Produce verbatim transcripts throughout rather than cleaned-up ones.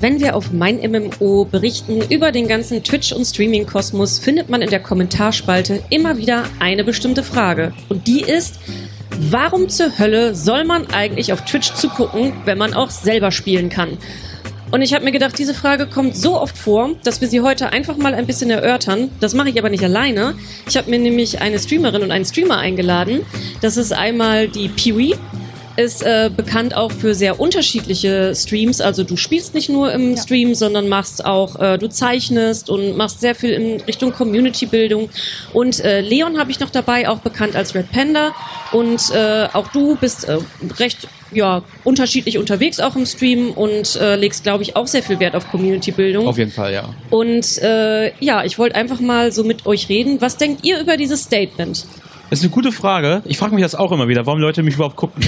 Wenn wir auf MeinMMO berichten über den ganzen Twitch- und Streaming-Kosmos, findet man in der Kommentarspalte immer wieder eine bestimmte Frage. Und die ist, warum zur Hölle soll man eigentlich auf Twitch zugucken, wenn man auch selber spielen kann? Und ich habe mir gedacht, diese Frage kommt so oft vor, dass wir sie heute einfach mal ein bisschen erörtern. Das mache ich aber nicht alleine. Ich habe mir nämlich eine Streamerin und einen Streamer eingeladen. Das ist einmal die Piwi. Ist äh, bekannt auch für sehr unterschiedliche Streams. Also du spielst nicht nur im ja. Stream, sondern machst auch, äh, du zeichnest und machst sehr viel in Richtung Community-Bildung. Und äh, Leon habe ich noch dabei, auch bekannt als Red Panda. Und äh, auch du bist äh, recht ja unterschiedlich unterwegs auch im Stream und äh, legst, glaube ich, auch sehr viel Wert auf Community-Bildung. Auf jeden Fall, ja. Und äh, ja, ich wollte einfach mal so mit euch reden. Was denkt ihr über dieses Statement? Das ist eine gute Frage. Ich frage mich das auch immer wieder, warum Leute mich überhaupt gucken.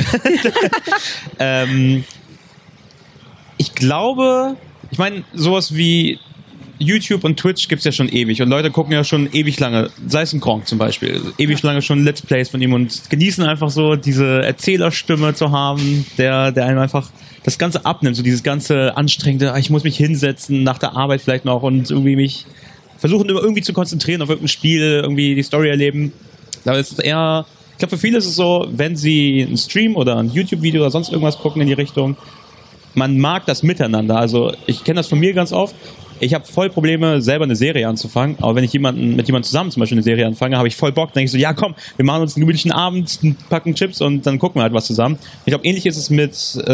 ähm, ich glaube, ich meine, sowas wie YouTube und Twitch gibt's ja schon ewig und Leute gucken ja schon ewig lange, sei es ein Gronk zum Beispiel, ewig lange schon Let's Plays von ihm und genießen einfach so diese Erzählerstimme zu haben, der, der einem einfach das Ganze abnimmt, so dieses ganze anstrengende, ich muss mich hinsetzen, nach der Arbeit vielleicht noch und irgendwie mich versuchen irgendwie zu konzentrieren auf irgendein Spiel, irgendwie die Story erleben. Aber es ist eher, ich glaube, für viele ist es so, wenn sie einen Stream oder ein YouTube-Video oder sonst irgendwas gucken in die Richtung, man mag das Miteinander. Also ich kenne das von mir ganz oft. Ich habe voll Probleme, selber eine Serie anzufangen. Aber wenn ich jemanden mit jemandem zusammen zum Beispiel eine Serie anfange, habe ich voll Bock. Dann denke ich so, ja komm, wir machen uns einen gemütlichen Abend, packen Chips und dann gucken wir halt was zusammen. Ich glaube, ähnlich ist es mit,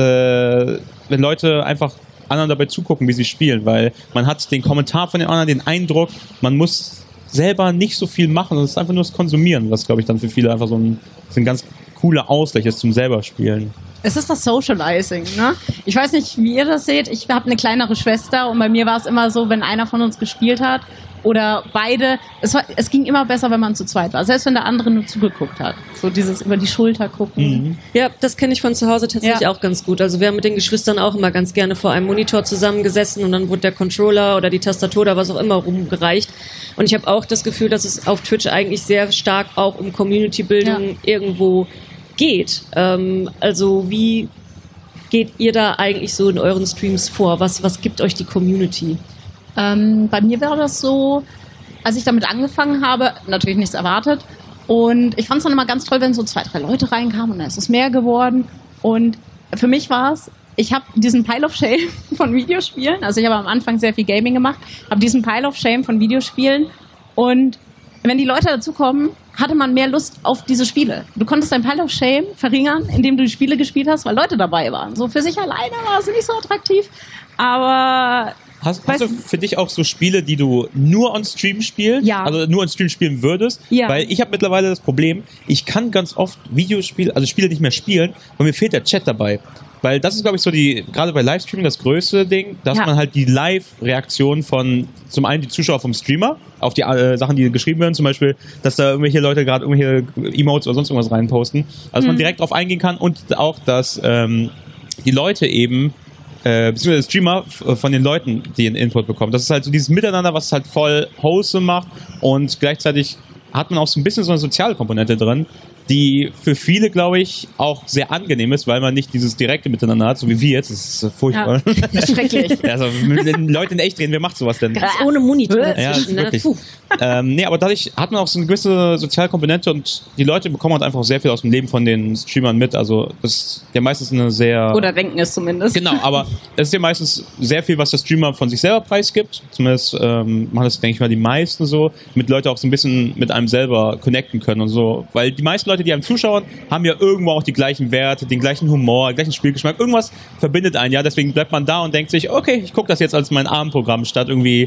äh, wenn Leute einfach anderen dabei zugucken, wie sie spielen. Weil man hat den Kommentar von den anderen, den Eindruck, man muss selber nicht so viel machen, es ist einfach nur das Konsumieren, was, glaube ich, dann für viele einfach so ein, so ein ganz cooler Ausgleich ist zum selber Spielen. Es ist das Socializing, ne? Ich weiß nicht, wie ihr das seht. Ich habe eine kleinere Schwester und bei mir war es immer so, wenn einer von uns gespielt hat oder beide, es, war, es ging immer besser, wenn man zu zweit war. Selbst wenn der andere nur zugeguckt hat. So dieses über die Schulter gucken. Mhm. Ja, das kenne ich von zu Hause tatsächlich ja. auch ganz gut. Also wir haben mit den Geschwistern auch immer ganz gerne vor einem Monitor zusammengesessen und dann wurde der Controller oder die Tastatur oder was auch immer rumgereicht. Und ich habe auch das Gefühl, dass es auf Twitch eigentlich sehr stark auch um Community-Bildung ja. irgendwo geht. Ähm, also wie geht ihr da eigentlich so in euren Streams vor? Was, was gibt euch die Community? Ähm, bei mir war das so, als ich damit angefangen habe, natürlich nichts erwartet. Und ich fand es dann immer ganz toll, wenn so zwei, drei Leute reinkamen und dann ist es mehr geworden. Und für mich war es, ich habe diesen Pile of Shame von Videospielen, also ich habe am Anfang sehr viel Gaming gemacht, habe diesen Pile of Shame von Videospielen und wenn die Leute dazukommen, hatte man mehr Lust auf diese Spiele. Du konntest dein Pile of Shame verringern, indem du die Spiele gespielt hast, weil Leute dabei waren. So für sich alleine war es nicht so attraktiv, aber... Hast, hast du für dich auch so Spiele, die du nur on Stream spielst? Ja. Also nur on Stream spielen würdest? Ja. Weil ich habe mittlerweile das Problem, ich kann ganz oft Videospiele, also Spiele nicht mehr spielen, weil mir fehlt der Chat dabei. Weil das ist, glaube ich, so die, gerade bei Livestreaming das größte Ding, dass ja. man halt die Live-Reaktion von, zum einen die Zuschauer vom Streamer, auf die äh, Sachen, die geschrieben werden, zum Beispiel, dass da irgendwelche Leute gerade irgendwelche Emotes oder sonst irgendwas reinposten, also mhm. man direkt drauf eingehen kann und auch, dass ähm, die Leute eben Äh, beziehungsweise Streamer von den Leuten, die einen Input bekommen. Das ist halt so dieses Miteinander, was es halt voll wholesome macht und gleichzeitig hat man auch so ein bisschen so eine soziale Komponente drin, die für viele, glaube ich, auch sehr angenehm ist, weil man nicht dieses direkte Miteinander hat, so wie wir jetzt. Das ist furchtbar. Ja, das ist schrecklich. Also, mit den Leuten in echt reden, wer macht sowas denn? Ganz ohne Monitor dazwischen, ja, wirklich. Ne? Ähm, nee, aber dadurch hat man auch so eine gewisse soziale Komponente und die Leute bekommen halt einfach sehr viel aus dem Leben von den Streamern mit. Also, das ist ja meistens eine sehr... Oder denken es zumindest. Genau, aber es ist ja meistens sehr viel, was der Streamer von sich selber preisgibt. Zumindest ähm, machen das, denke ich mal, die meisten so, damit Leute auch so ein bisschen mit einem selber connecten können und so. Weil die meisten Leute, die einem zuschauen, haben ja irgendwo auch die gleichen Werte, den gleichen Humor, den gleichen Spielgeschmack. Irgendwas verbindet einen, ja. Deswegen bleibt man da und denkt sich, okay, ich gucke das jetzt als mein Abendprogramm, statt irgendwie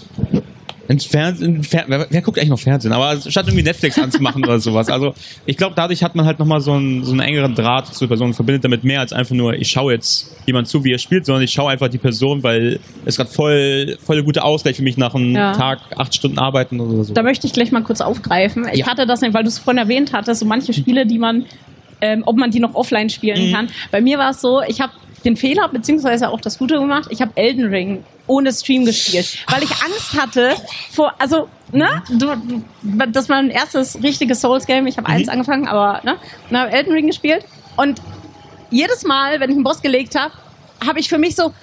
ins Fernsehen. Fer- wer, wer guckt eigentlich noch Fernsehen? Aber statt irgendwie Netflix anzumachen oder sowas. Also ich glaube, dadurch hat man halt nochmal so einen, so einen engeren Draht zur Person, verbindet damit mehr als einfach nur, ich schaue jetzt jemand zu, wie er spielt, sondern ich schaue einfach die Person, weil es gerade voll, voll eine gute Ausgleich für mich nach einem ja. Tag, acht Stunden arbeiten oder so. Da möchte ich gleich mal kurz aufgreifen. Ich ja. hatte das nicht, weil du es vorhin erwähnt hattest, so manche Spiele, die man, ähm, ob man die noch offline spielen mhm. kann. Bei mir war es so, ich habe den Fehler, beziehungsweise auch das Gute gemacht, ich habe Elden Ring ohne Stream gespielt, weil ich Angst hatte vor, also, ne, du, du, das war mein erstes richtiges Souls-Game, ich habe mhm. eins angefangen, aber, ne, und habe Elden Ring gespielt und jedes Mal, wenn ich einen Boss gelegt habe, habe ich für mich so,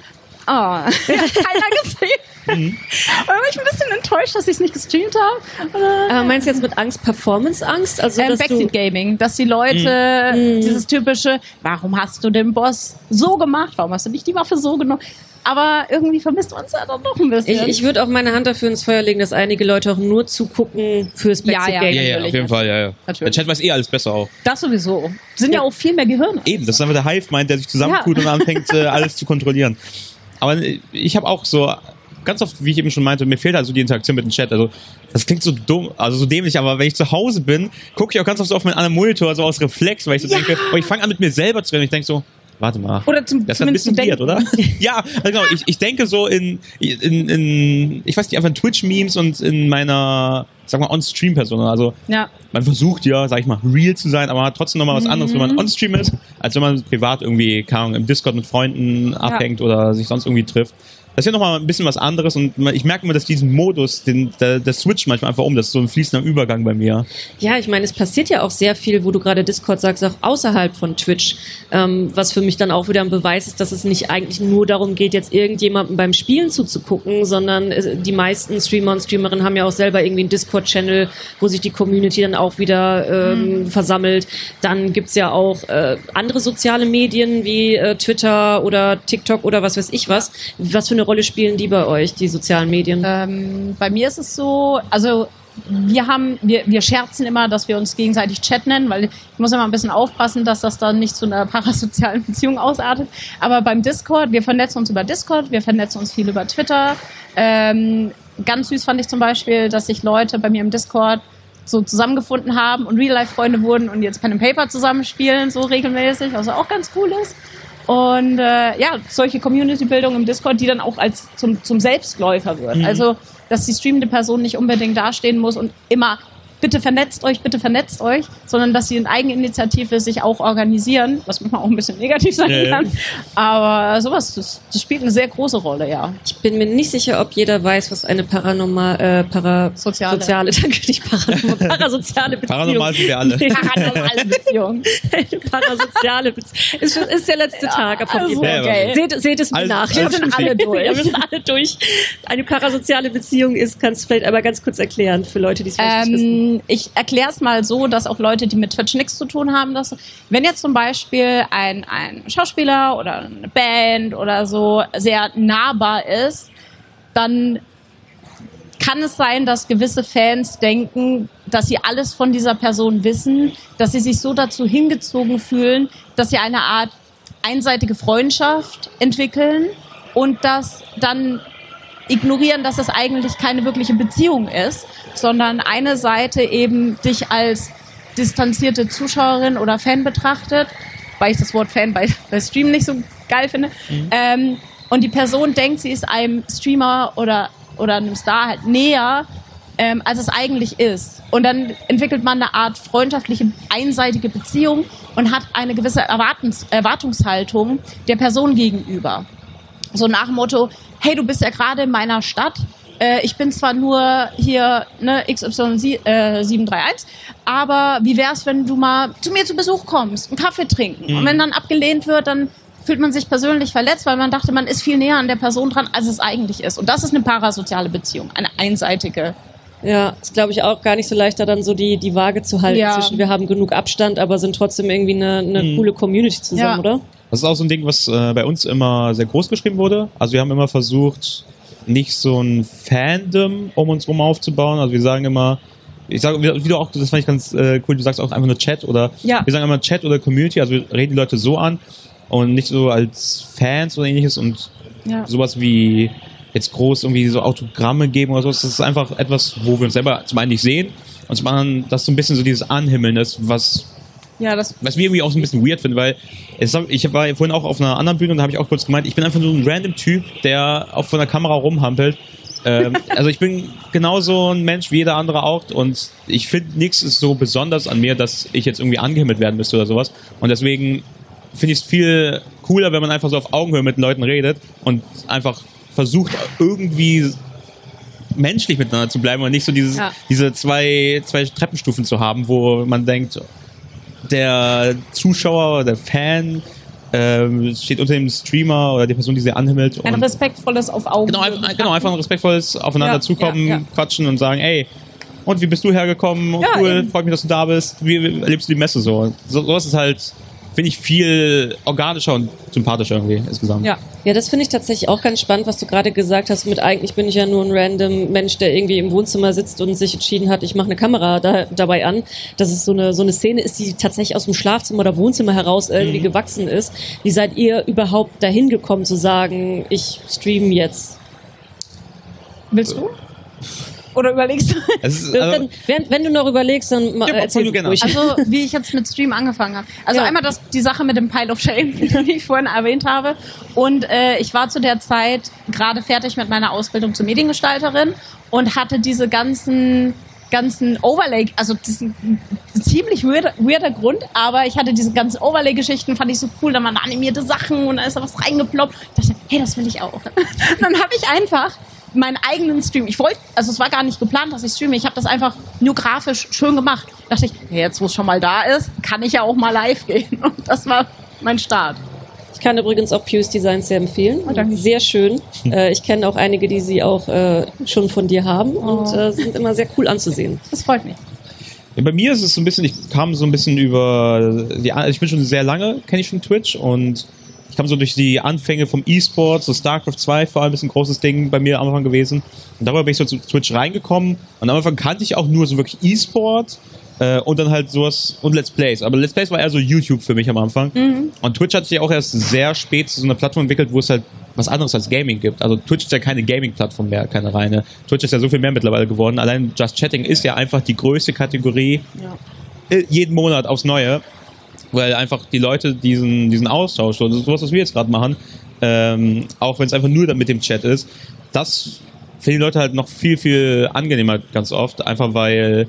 keiner gesehen. Mhm. Da war ich ein bisschen enttäuscht, dass ich es nicht gestreamt habe. Aber meinst du jetzt mit Angst Performance-Angst? Also, ähm, Backseat Gaming, dass die Leute mhm. dieses typische, warum hast du den Boss so gemacht? Warum hast du nicht die Waffe so genommen? Aber irgendwie vermisst uns ja dann doch ein bisschen. Ich, ich würde auch meine Hand dafür ins Feuer legen, dass einige Leute auch nur zugucken fürs Backseat ja, Gaming. Ja, ja, auf jeden Fall, ja, ja. Natürlich. Der Chat weiß eh alles besser auch. Das sowieso. Sind ja, ja auch viel mehr Gehirne. Eben, das ist einfach der Hive-Mind, der sich zusammentut ja. und anfängt, äh, alles zu kontrollieren. Aber ich habe auch so, ganz oft, wie ich eben schon meinte, mir fehlt also die Interaktion mit dem Chat. Also das klingt so dumm, also so dämlich, aber wenn ich zu Hause bin, gucke ich auch ganz oft so auf meinen anderen Monitor, so aus Reflex, weil ich so ja. denke, aber ich fange an mit mir selber zu reden und ich denke so, warte mal. Oder zum, das ist ein bisschen weird, oder? Ja, also genau. Ich, ich denke so in, in, in, ich weiß nicht, einfach in Twitch-Memes und in meiner, sag mal, On-Stream-Persona. Also, ja. man versucht ja, sag ich mal, real zu sein, aber man hat trotzdem nochmal was anderes, wenn man On-Stream ist, als wenn man privat irgendwie, keine Ahnung, im Discord mit Freunden abhängt ja. oder sich sonst irgendwie trifft. Das ist ja nochmal ein bisschen was anderes und ich merke immer, dass diesen Modus, den, der, der Switch manchmal einfach um, das ist so ein fließender Übergang bei mir. Ja, ich meine, es passiert ja auch sehr viel, wo du gerade Discord sagst, auch außerhalb von Twitch, ähm, was für mich dann auch wieder ein Beweis ist, dass es nicht eigentlich nur darum geht, jetzt irgendjemandem beim Spielen zuzugucken, sondern die meisten Streamer und Streamerinnen haben ja auch selber irgendwie einen Discord-Channel, wo sich die Community dann auch wieder ähm, mhm. versammelt. Dann gibt's ja auch äh, andere soziale Medien wie äh, Twitter oder TikTok oder was weiß ich was. Was für eine Rolle spielen die bei euch, die sozialen Medien? Ähm, bei mir ist es so, also wir haben, wir, wir scherzen immer, dass wir uns gegenseitig Chat nennen, weil ich muss immer ein bisschen aufpassen, dass das dann nicht zu einer parasozialen Beziehung ausartet. Aber beim Discord, wir vernetzen uns über Discord, wir vernetzen uns viel über Twitter. Ähm, ganz süß fand ich zum Beispiel, dass sich Leute bei mir im Discord so zusammengefunden haben und Real-Life-Freunde wurden und jetzt Pen and Paper zusammenspielen, so regelmäßig, was auch ganz cool ist. Und äh, ja, solche Community-Bildung im Discord, die dann auch als zum, zum Selbstläufer wird. Mhm. Also, dass die streamende Person nicht unbedingt dastehen muss und immer bitte vernetzt euch, bitte vernetzt euch, sondern dass sie in Eigeninitiative sich auch organisieren, was manchmal auch ein bisschen negativ sein ja, kann. Ja. Aber sowas, das, das spielt eine sehr große Rolle, ja. Ich bin mir nicht sicher, ob jeder weiß, was eine paranormal, äh, parasoziale, soziale, danke, nicht paranormal, parasoziale Beziehung. Paranormal sind wir alle. Paranormale Beziehung. Eine parasoziale Beziehung. Ist, ist der letzte Tag. Ja, also, okay. seht, seht es mir nach. Wir sind alle durch. Wir sind alle durch. Eine parasoziale Beziehung ist, kannst du vielleicht einmal ganz kurz erklären für Leute, die es vielleicht ähm, nicht wissen. Ich erkläre es mal so, dass auch Leute, die mit Twitch nichts zu tun haben, dass, wenn jetzt zum Beispiel ein, ein Schauspieler oder eine Band oder so sehr nahbar ist, dann kann es sein, dass gewisse Fans denken, dass sie alles von dieser Person wissen, dass sie sich so dazu hingezogen fühlen, dass sie eine Art einseitige Freundschaft entwickeln und dass dann ignorieren, dass es eigentlich keine wirkliche Beziehung ist, sondern eine Seite eben dich als distanzierte Zuschauerin oder Fan betrachtet, weil ich das Wort Fan bei, bei Stream nicht so geil finde. Mhm. Ähm, und die Person denkt, sie ist einem Streamer oder, oder einem Star halt näher, ähm, als es eigentlich ist. Und dann entwickelt man eine Art freundschaftliche, einseitige Beziehung und hat eine gewisse Erwartungs- Erwartungshaltung der Person gegenüber. So nach dem Motto, hey, du bist ja gerade in meiner Stadt, äh, ich bin zwar nur hier ne, X Y sieben drei eins, aber wie wär's, wenn du mal zu mir zu Besuch kommst, einen Kaffee trinken? Mhm. Und wenn dann abgelehnt wird, dann fühlt man sich persönlich verletzt, weil man dachte, man ist viel näher an der Person dran, als es eigentlich ist. Und das ist eine parasoziale Beziehung, eine einseitige. Ja, ist glaube ich auch gar nicht so leicht, da dann so die, die Waage zu halten ja. zwischen, wir haben genug Abstand, aber sind trotzdem irgendwie eine, eine mhm. coole Community zusammen, ja. oder? Das ist auch so ein Ding, was äh, bei uns immer sehr groß geschrieben wurde. Also wir haben immer versucht, nicht so ein Fandom um uns rum aufzubauen. Also wir sagen immer, ich sage, wie du auch, das fand ich ganz äh, cool, du sagst auch einfach nur Chat oder, ja. wir sagen immer Chat oder Community, also wir reden die Leute so an und nicht so als Fans oder ähnliches und ja. sowas wie jetzt groß irgendwie so Autogramme geben oder sowas. Das ist einfach etwas, wo wir uns selber zum einen nicht sehen und zum anderen, das so ein bisschen so dieses Anhimmeln ist, was Ja, das was wir irgendwie auch so ein bisschen weird finden, weil es, ich war vorhin auch auf einer anderen Bühne und da habe ich auch kurz gemeint, ich bin einfach nur ein random Typ, der auch von der Kamera rumhampelt. ähm, also ich bin genauso ein Mensch wie jeder andere auch und ich finde, nichts ist so besonders an mir, dass ich jetzt irgendwie angehimmelt werden müsste oder sowas. Und deswegen finde ich es viel cooler, wenn man einfach so auf Augenhöhe mit den Leuten redet und einfach versucht, irgendwie menschlich miteinander zu bleiben und nicht so dieses, ja. diese zwei, zwei Treppenstufen zu haben, wo man denkt, der Zuschauer, der Fan ähm, steht unter dem Streamer oder der Person, die sie anhimmelt. Ein und respektvolles auf Augen. Genau, einfach, genau, einfach ein respektvolles Aufeinander Ja, zukommen, ja, ja. quatschen und sagen, ey, und wie bist du hergekommen? Ja, Cool, eben. freut mich, dass du da bist. Wie erlebst du die Messe so? So, so ist es halt, finde ich, viel organischer und sympathischer irgendwie insgesamt. Ja. Ja, das finde ich tatsächlich auch ganz spannend, was du gerade gesagt hast mit eigentlich bin ich ja nur ein random Mensch, der irgendwie im Wohnzimmer sitzt und sich entschieden hat, ich mache eine Kamera da, dabei an. Dass es so eine, so eine Szene ist, die tatsächlich aus dem Schlafzimmer oder Wohnzimmer heraus irgendwie Mhm. gewachsen ist. Wie seid ihr überhaupt dahin gekommen zu sagen, ich streame jetzt? Willst du? Oder überlegst du? Es ist, also, wenn, während, wenn du noch überlegst, dann ma- Ja, erzähl fang du gerne ruhig. Also, wie ich jetzt mit Stream angefangen habe. Also Ja. einmal das, die Sache mit dem Pile of Shame, die ich vorhin erwähnt habe. Und äh, ich war zu der Zeit gerade fertig mit meiner Ausbildung zur Mediengestalterin und hatte diese ganzen ganzen Overlay, also das ist ein ziemlich weirder, weirder Grund, aber ich hatte diese ganzen Overlay-Geschichten, fand ich so cool, da waren animierte Sachen und da ist da was reingeploppt. Ich dachte, hey, das will ich auch. Und dann habe ich einfach meinen eigenen Stream. Ich wollte, also es war gar nicht geplant, dass ich streame. Ich habe das einfach nur grafisch schön gemacht. Da dachte ich, ja, jetzt wo es schon mal da ist, kann ich ja auch mal live gehen. Und das war mein Start. Ich kann übrigens auch Pius Designs sehr empfehlen. Oh, danke. Sehr schön. Äh, ich kenne auch einige, die sie auch äh, schon von dir haben und Oh. äh, sind immer sehr cool anzusehen. Das freut mich. Ja, bei mir ist es so ein bisschen, ich kam so ein bisschen über die, ich bin schon sehr lange, kenne ich schon Twitch und ich kam so durch die Anfänge vom E-Sport, so StarCraft zwei vor allem ist ein großes Ding bei mir am Anfang gewesen und darüber bin ich so zu Twitch reingekommen und am Anfang kannte ich auch nur so wirklich E-Sport äh, und dann halt sowas und Let's Plays, aber Let's Plays war eher so YouTube für mich am Anfang Mhm. und Twitch hat sich auch erst sehr spät zu so einer Plattform entwickelt, wo es halt was anderes als Gaming gibt. Also Twitch ist ja keine Gaming-Plattform mehr, keine reine. Twitch ist ja so viel mehr mittlerweile geworden. Allein Just Chatting ist ja einfach die größte Kategorie Ja. äh, jeden Monat aufs Neue, weil einfach die Leute diesen, diesen Austausch, so sowas, was wir jetzt gerade machen, ähm, auch wenn es einfach nur mit dem Chat ist, das finden die Leute halt noch viel, viel angenehmer ganz oft, einfach weil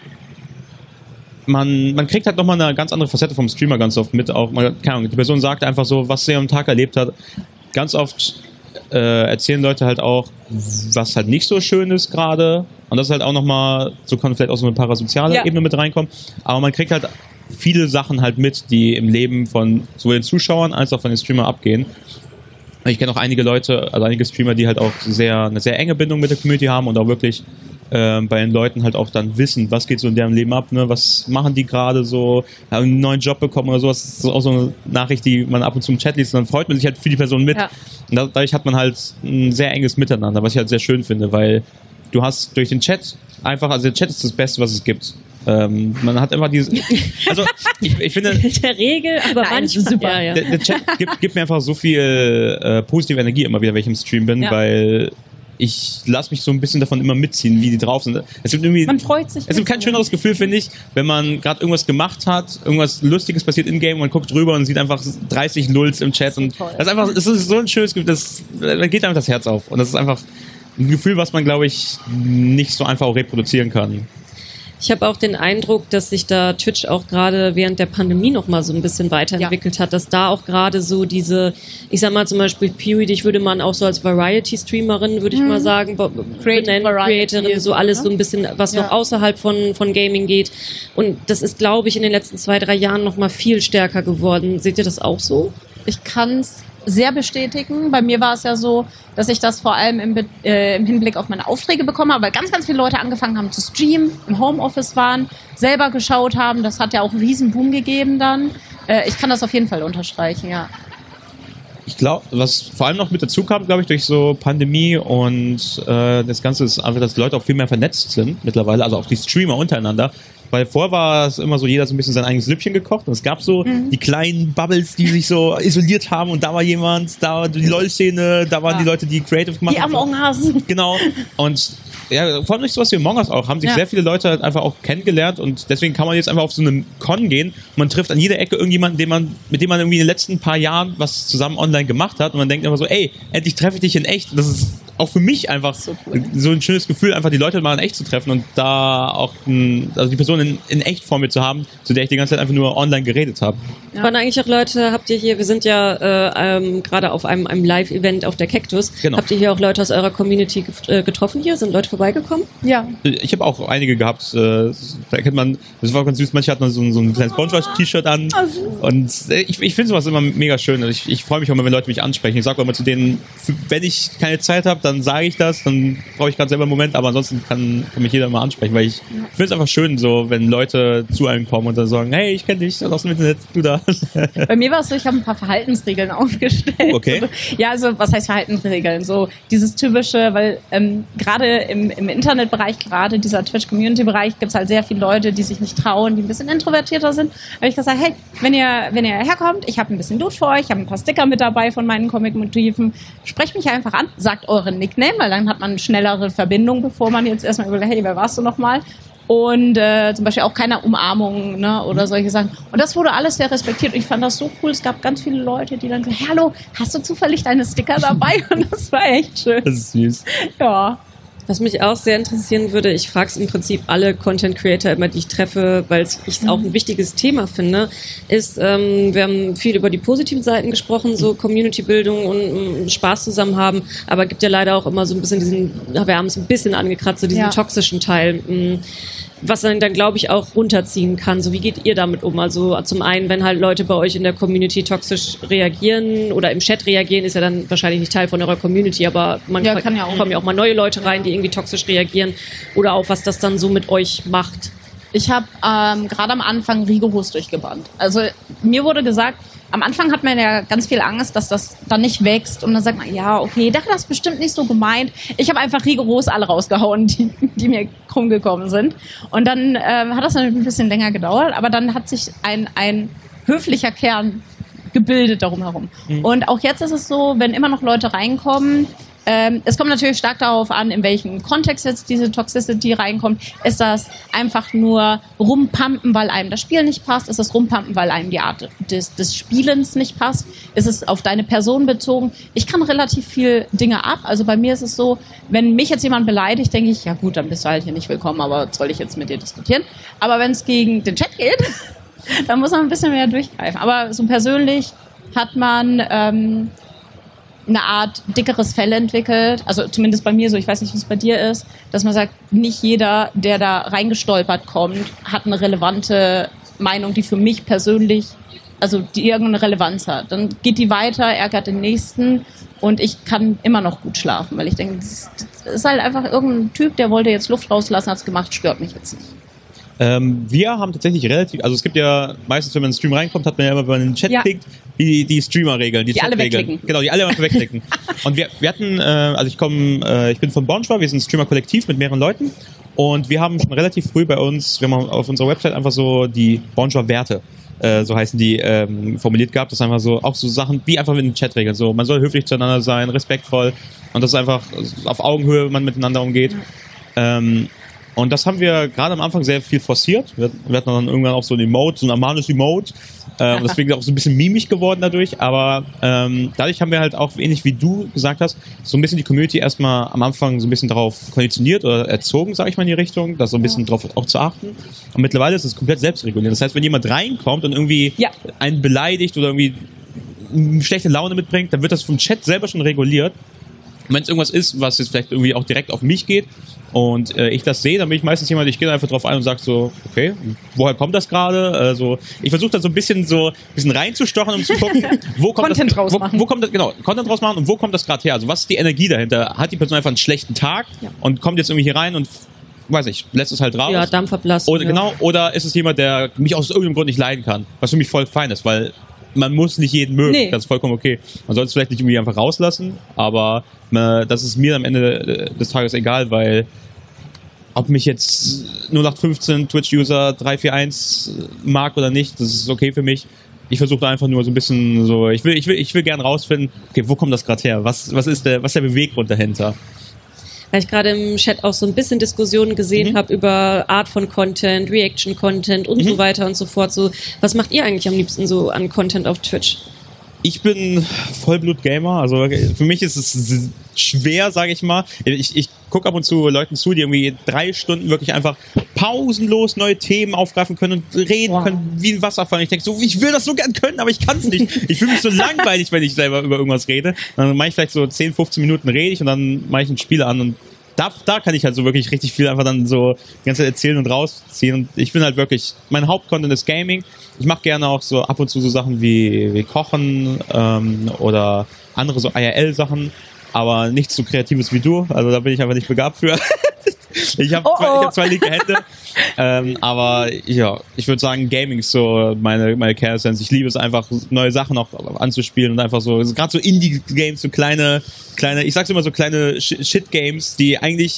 man, man kriegt halt nochmal eine ganz andere Facette vom Streamer ganz oft mit, auch, man, keine Ahnung, die Person sagt einfach so, was sie am Tag erlebt hat. Ganz oft äh, erzählen Leute halt auch, was halt nicht so schön ist gerade. Und das ist halt auch nochmal, so kann vielleicht auch so eine parasoziale Ja. Ebene mit reinkommen. Aber man kriegt halt viele Sachen halt mit, die im Leben von sowohl den Zuschauern als auch von den Streamern abgehen. Ich kenne auch einige Leute, also einige Streamer, die halt auch sehr, eine sehr enge Bindung mit der Community haben und auch wirklich ähm, bei den Leuten halt auch dann wissen, was geht so in deren Leben ab, ne? Was machen die gerade so, haben einen neuen Job bekommen oder sowas. Das ist auch so eine Nachricht, die man ab und zu im Chat liest und dann freut man sich halt für die Person mit. Ja. Und da- dadurch hat man halt ein sehr enges Miteinander, was ich halt sehr schön finde, weil du hast durch den Chat einfach, also der Chat ist das Beste, was es gibt. Ähm, man hat immer dieses, also ich, ich finde, In der Regel, aber Nein, manchmal. super. Ja, ja. der, der Chat gibt, gibt mir einfach so viel äh, positive Energie immer wieder, wenn ich im Stream bin, Ja. weil ich lasse mich so ein bisschen davon immer mitziehen, wie die drauf sind. Es gibt irgendwie, Man freut sich. es gibt kein schöneres Gefühl, finde ich, wenn man gerade irgendwas gemacht hat, irgendwas Lustiges passiert in-game und man guckt drüber und sieht einfach dreißig Lulz im Chat und toll. das ist einfach, es ist so ein schönes Gefühl, das, da geht einfach das Herz auf und das ist einfach ein Gefühl, was man, glaube ich, nicht so einfach auch reproduzieren kann. Ich habe auch den Eindruck, dass sich da Twitch auch gerade während der Pandemie noch mal so ein bisschen weiterentwickelt hat, dass da auch gerade so diese, ich sag mal zum Beispiel Pewee, dich würde man auch so als Variety-Streamerin, würde ich Mhm. mal sagen, bo- Creative benennen, Variety, Creatorin, so alles ne? so ein bisschen, was Ja. noch außerhalb von, von Gaming geht. Und das ist, glaube ich, in den letzten zwei, drei Jahren noch mal viel stärker geworden. Seht ihr das auch so? Ich kann es sehr bestätigen. Bei mir war es ja so, dass ich das vor allem im, Be- äh, im Hinblick auf meine Aufträge bekommen habe, weil ganz, ganz viele Leute angefangen haben zu streamen, im Homeoffice waren, selber geschaut haben. Das hat ja auch einen riesen Boom gegeben dann. Äh, ich kann das auf jeden Fall unterstreichen, ja. Ich glaube, was vor allem noch mit dazu kam, glaube ich, durch so Pandemie und äh, das Ganze ist einfach, dass die Leute auch viel mehr vernetzt sind mittlerweile, also auch die Streamer untereinander. Weil vorher war es immer so, jeder so ein bisschen sein eigenes Süppchen gekocht und es gab so Mhm. die kleinen Bubbles, die sich so isoliert haben und da war jemand, da war die LOL-Szene, da waren Ja. die Leute, die Creative gemacht Die haben. Among Us. Genau. Und ja, vor allem durch sowas wie Among Us auch, haben sich Ja. sehr viele Leute halt einfach auch kennengelernt und deswegen kann man jetzt einfach auf so eine Con gehen und man trifft an jeder Ecke irgendjemanden, den man, mit dem man irgendwie in den letzten paar Jahren was zusammen online gemacht hat und man denkt immer so, ey, endlich treffe ich dich in echt. Und das ist auch für mich einfach so, cool. so ein schönes Gefühl, einfach die Leute mal in echt zu treffen und da auch ein, also die Person in, in echt vor mir zu haben, zu der ich die ganze Zeit einfach nur online geredet habe. Ja. Waren eigentlich auch Leute, habt ihr hier, wir sind ja äh, ähm, gerade auf einem, einem Live-Event auf der Cactus, Genau. habt ihr hier auch Leute aus eurer Community gef- äh, getroffen hier? Sind Leute vorbeigekommen? Ja. Ich habe auch einige gehabt. Äh, da kennt man, das war ganz süß, manche hatten so ein, so ein kleines Spongebob-T-Shirt an. Und ich, ich finde sowas immer mega schön. Also ich, ich freue mich auch immer, wenn Leute mich ansprechen. Ich sage auch immer zu denen, wenn ich keine Zeit habe, dann sage ich das, dann brauche ich gerade selber einen Moment, aber ansonsten kann, kann mich jeder mal ansprechen, weil ich ja. finde es einfach schön, so wenn Leute zu einem kommen und dann sagen, hey, ich kenne dich aus dem Internet, du da. Bei mir war es so, ich habe ein paar Verhaltensregeln aufgestellt. Okay. Also, ja, also was heißt Verhaltensregeln? So dieses typische, weil ähm, gerade im, im Internetbereich, gerade dieser Twitch-Community-Bereich, gibt es halt sehr viele Leute, die sich nicht trauen, die ein bisschen introvertierter sind. Da habe ich gesagt, hey, wenn ihr, wenn ihr herkommt, ich habe ein bisschen Loot für euch, ich habe ein paar Sticker mit dabei von meinen Comic-Motiven, sprecht mich einfach an, sagt euren Nickname, weil dann hat man eine schnellere Verbindung, bevor man jetzt erstmal überlegt, hey, wer warst du nochmal? Und äh, zum Beispiel auch keine Umarmung, ne, oder solche Sachen. Und das wurde alles sehr respektiert. Und ich fand das so cool. Es gab ganz viele Leute, die dann gesagt haben, hallo, hast du zufällig deine Sticker dabei? Und das war echt schön. Das ist süß. Ja. Was mich auch sehr interessieren würde, ich frage es im Prinzip alle Content Creator immer, die ich treffe, weil ich es auch ein wichtiges Thema finde, ist, ähm, wir haben viel über die positiven Seiten gesprochen, so Community-Bildung und, und Spaß zusammen haben, aber gibt ja leider auch immer so ein bisschen diesen, wir haben es ein bisschen angekratzt, so diesen ja. toxischen Teil, mh, was dann, dann glaube ich auch runterziehen kann. So, wie geht ihr damit um? Also zum einen, wenn halt Leute bei euch in der Community toxisch reagieren oder im Chat reagieren, ist ja dann wahrscheinlich nicht Teil von eurer Community, aber man ja, kann ja auch. kommen ja auch mal neue Leute rein, die irgendwie toxisch reagieren oder auch was das dann so mit euch macht. Ich habe ähm, gerade am Anfang rigoros durchgebannt. Also mir wurde gesagt, am Anfang hat man ja ganz viel Angst, dass das dann nicht wächst und dann sagt man, ja, okay, der hat das bestimmt nicht so gemeint. Ich habe einfach rigoros alle rausgehauen, die, die mir krumm gekommen sind. Und dann ähm, hat das natürlich ein bisschen länger gedauert, aber dann hat sich ein, ein höflicher Kern gebildet darum herum. Mhm. Und auch jetzt ist es so, wenn immer noch Leute reinkommen, Ähm, es kommt natürlich stark darauf an, in welchem Kontext jetzt diese Toxicity reinkommt. Ist das einfach nur rumpumpen, weil einem das Spiel nicht passt? Ist es rumpumpen, weil einem die Art des, des Spielens nicht passt? Ist es auf deine Person bezogen? Ich kann relativ viel Dinge ab. Also bei mir ist es so, wenn mich jetzt jemand beleidigt, denke ich, ja gut, dann bist du halt hier nicht willkommen, aber was soll ich jetzt mit dir diskutieren? Aber wenn es gegen den Chat geht, dann muss man ein bisschen mehr durchgreifen. Aber so persönlich hat man ähm, eine Art dickeres Fell entwickelt, also zumindest bei mir so, ich weiß nicht, wie es bei dir ist, dass man sagt, nicht jeder, der da reingestolpert kommt, hat eine relevante Meinung, die für mich persönlich, also die irgendeine Relevanz hat. Dann geht die weiter, ärgert den Nächsten und ich kann immer noch gut schlafen, weil ich denke, das ist halt einfach irgendein Typ, der wollte jetzt Luft rauslassen, hat es gemacht, stört mich jetzt nicht. Ähm, wir haben tatsächlich relativ, also es gibt ja meistens, wenn man in den Stream reinkommt, hat man ja immer, wenn man in den Chat ja. klickt, die, die Streamer-Regeln, die, die alle wegklicken. Genau, die alle immer wegklicken. Und wir, wir hatten, äh, also ich komme, äh, ich bin von Bonschwa, wir sind ein Streamer-Kollektiv mit mehreren Leuten und wir haben schon relativ früh bei uns, wir haben auf unserer Website einfach so die Bonschwa-Werte, äh, so heißen die, ähm, formuliert gehabt. Das ist einfach so, auch so Sachen wie einfach mit den Chat-Regeln, so, man soll höflich zueinander sein, respektvoll und das ist einfach auf Augenhöhe, wenn man miteinander umgeht. Ja. Ähm, Und das haben wir gerade am Anfang sehr viel forciert. Wir hatten dann irgendwann auch so ein Emote, so ein Amanus-Emote. Äh, und deswegen auch so ein bisschen mimisch geworden dadurch. Aber ähm, dadurch haben wir halt auch, ähnlich wie du gesagt hast, so ein bisschen die Community erstmal am Anfang so ein bisschen darauf konditioniert oder erzogen, sage ich mal, in die Richtung, da so ein bisschen ja. drauf auch zu achten. Und mittlerweile ist es komplett selbstregulierend. Das heißt, wenn jemand reinkommt und irgendwie ja. einen beleidigt oder irgendwie eine schlechte Laune mitbringt, dann wird das vom Chat selber schon reguliert. Und wenn es irgendwas ist, was jetzt vielleicht irgendwie auch direkt auf mich geht und äh, ich das sehe, dann bin ich meistens jemand, ich gehe einfach drauf ein und sage so, okay, woher kommt das gerade? Also ich versuche dann so ein bisschen so ein bisschen reinzustochen, um zu gucken, wo kommt Content das, draus wo, machen. wo kommt das, genau, Content draus machen und wo kommt das gerade her? Also was ist die Energie dahinter? Hat die Person einfach einen schlechten Tag ja. und kommt jetzt irgendwie hier rein und weiß ich, lässt es halt raus? Ja, Dampf ablassen. Oder, ja. Genau, oder ist es jemand, der mich aus irgendeinem Grund nicht leiden kann, was für mich voll fein ist, weil man muss nicht jeden mögen, nee. Das ist vollkommen okay. Man soll es vielleicht nicht irgendwie einfach rauslassen, aber äh, das ist mir am Ende des Tages egal, weil ob mich jetzt null acht fünfzehn Twitch-User drei vier eins mag oder nicht, das ist okay für mich. Ich versuche einfach nur so ein bisschen so, ich will, ich will, ich will gern rausfinden, okay, wo kommt das gerade her? Was, was ist der, was ist der Beweggrund dahinter? Weil ich gerade im Chat auch so ein bisschen Diskussionen gesehen mhm. habe über Art von Content, Reaction-Content und mhm. so weiter und so fort. So, was macht ihr eigentlich am liebsten so an Content auf Twitch? Ich bin Vollblut-Gamer, also für mich ist es schwer, sage ich mal. Ich, ich gucke ab und zu Leuten zu, die irgendwie drei Stunden wirklich einfach pausenlos neue Themen aufgreifen können und reden wow. können wie ein Wasserfall. Ich denke so, ich will das so gern können, aber ich kann es nicht. Ich fühle mich so langweilig, wenn ich selber über irgendwas rede. Dann mache ich vielleicht so zehn, fünfzehn Minuten rede ich und dann mache ich ein Spiel an und da, da kann ich halt so wirklich richtig viel einfach dann so die ganze Zeit erzählen und rausziehen. Und ich bin halt wirklich, mein Hauptcontent ist Gaming. Ich mache gerne auch so ab und zu so Sachen wie, wie Kochen ähm, oder andere so I R L-Sachen, aber nichts so Kreatives wie du. Also da bin ich einfach nicht begabt für. Ich habe oh, oh. zwei, ich hab zwei linke Hände. ähm, aber ja, ich würde sagen, Gaming ist so meine, meine Care-Sense. Ich liebe es einfach, neue Sachen auch anzuspielen und einfach so, gerade so Indie-Games, so kleine, kleine, ich sag's immer so kleine Shit-Games, die eigentlich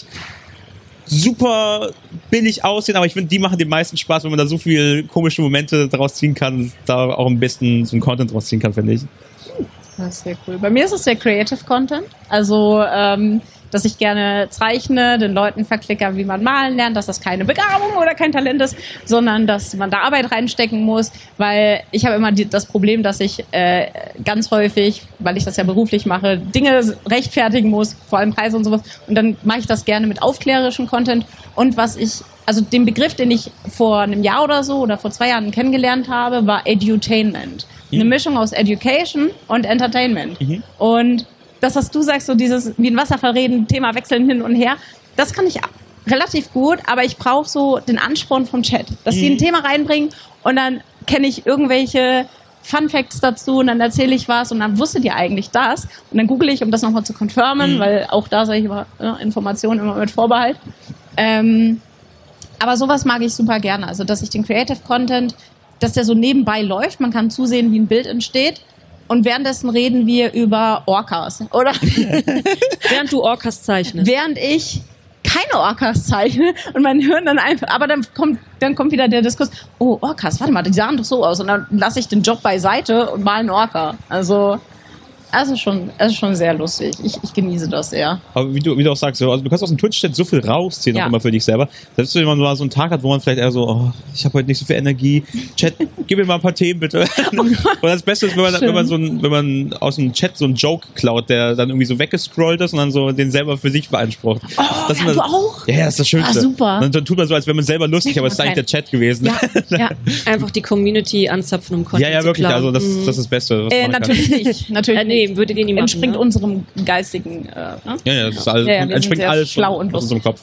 super billig aussehen, aber ich finde, die machen den meisten Spaß, wenn man da so viele komische Momente draus ziehen kann, da auch am besten so einen Content draus ziehen kann, finde ich. Das ist sehr cool. Bei mir ist es der Creative Content. Also, ähm, dass ich gerne zeichne, den Leuten verklickere, wie man malen lernt, dass das keine Begabung oder kein Talent ist, sondern dass man da Arbeit reinstecken muss, weil ich habe immer die, das Problem, dass ich äh, ganz häufig, weil ich das ja beruflich mache, Dinge rechtfertigen muss, vor allem Preise und sowas, und dann mache ich das gerne mit aufklärerischem Content und was ich, also den Begriff, den ich vor einem Jahr oder so oder vor zwei Jahren kennengelernt habe, war Edutainment. Mhm. Eine Mischung aus Education und Entertainment. Mhm. Und das, was du sagst, so dieses wie ein Wasserfall reden, Thema wechseln hin und her, das kann ich relativ gut, aber ich brauche so den Ansporn vom Chat, dass mhm. die ein Thema reinbringen und dann kenne ich irgendwelche Fun Facts dazu und dann erzähle ich was und dann wusstet ihr eigentlich das und dann google ich, um das nochmal zu confirmen, mhm. weil auch da sage ich immer ja, Informationen immer mit Vorbehalt. Ähm, aber sowas mag ich super gerne, also dass ich den Creative Content, dass der so nebenbei läuft, man kann zusehen, wie ein Bild entsteht. Und währenddessen reden wir über Orcas, oder? Während du Orcas zeichnest. Während ich keine Orcas zeichne und mein Hirn dann einfach, aber dann kommt, dann kommt wieder der Diskurs, oh, Orcas, warte mal, die sahen doch so aus. Und dann lasse ich den Job beiseite und mal einen Orca. Also, also schon, es ist schon sehr lustig. Ich, ich genieße das sehr. Aber wie du, wie du auch sagst, also du kannst aus dem Twitch-Chat so viel rausziehen, ja. auch immer für dich selber. Selbst wenn man mal so einen Tag hat, wo man vielleicht eher so, oh, ich habe heute nicht so viel Energie. Chat, gib mir mal ein paar Themen bitte. Oh und das Beste ist, wenn man, wenn man so ein, wenn man aus dem Chat so einen Joke klaut, der dann irgendwie so weggescrollt ist und dann so den selber für sich beansprucht. Oh, das ja, ist du auch? Ja, das ist das Schönste. Ah, super. Und dann tut man so, als wäre man selber lustig, aber es ist eigentlich der Chat gewesen. Ja, ja. Einfach die Community anzapfen, um Content Ja, ja, wirklich. Also das, das ist das Beste. Was äh, natürlich, natürlich. Äh, nee, würdet ihr nie machen. Entspringt ne? unserem geistigen. Äh, ne? Ja, ja, das ist alles, ja, ja, entspringt alles schlau und aus unserem Kopf.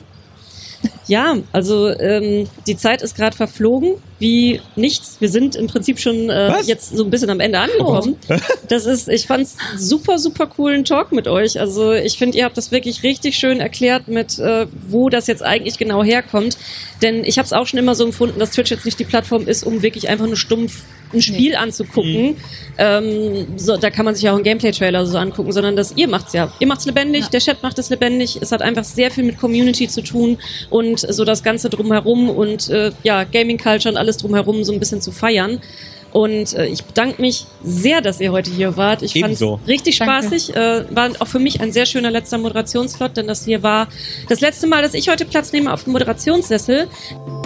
Ja, also ähm, die Zeit ist gerade verflogen, wie nichts. Wir sind im Prinzip schon äh, jetzt so ein bisschen am Ende angekommen. Oh. Das ist, ich fand's super, super coolen Talk mit euch. Also ich finde, ihr habt das wirklich richtig schön erklärt, mit äh, wo das jetzt eigentlich genau herkommt. Denn ich habe es auch schon immer so empfunden, dass Twitch jetzt nicht die Plattform ist, um wirklich einfach nur stumpf ein Spiel nee. anzugucken. Mhm. Ähm, so, da kann man sich ja auch einen Gameplay-Trailer so angucken, sondern dass ihr macht's ja. Ihr macht's lebendig, ja. der Chat macht es lebendig. Es hat einfach sehr viel mit Community zu tun und so das Ganze drumherum und äh, ja, Gaming-Culture und alles drumherum so ein bisschen zu feiern. Und äh, ich bedanke mich sehr, dass ihr heute hier wart. Ich fand es richtig spaßig. Äh, war auch für mich ein sehr schöner letzter Moderationsslot, denn das hier war das letzte Mal, dass ich heute Platz nehme auf dem Moderationssessel.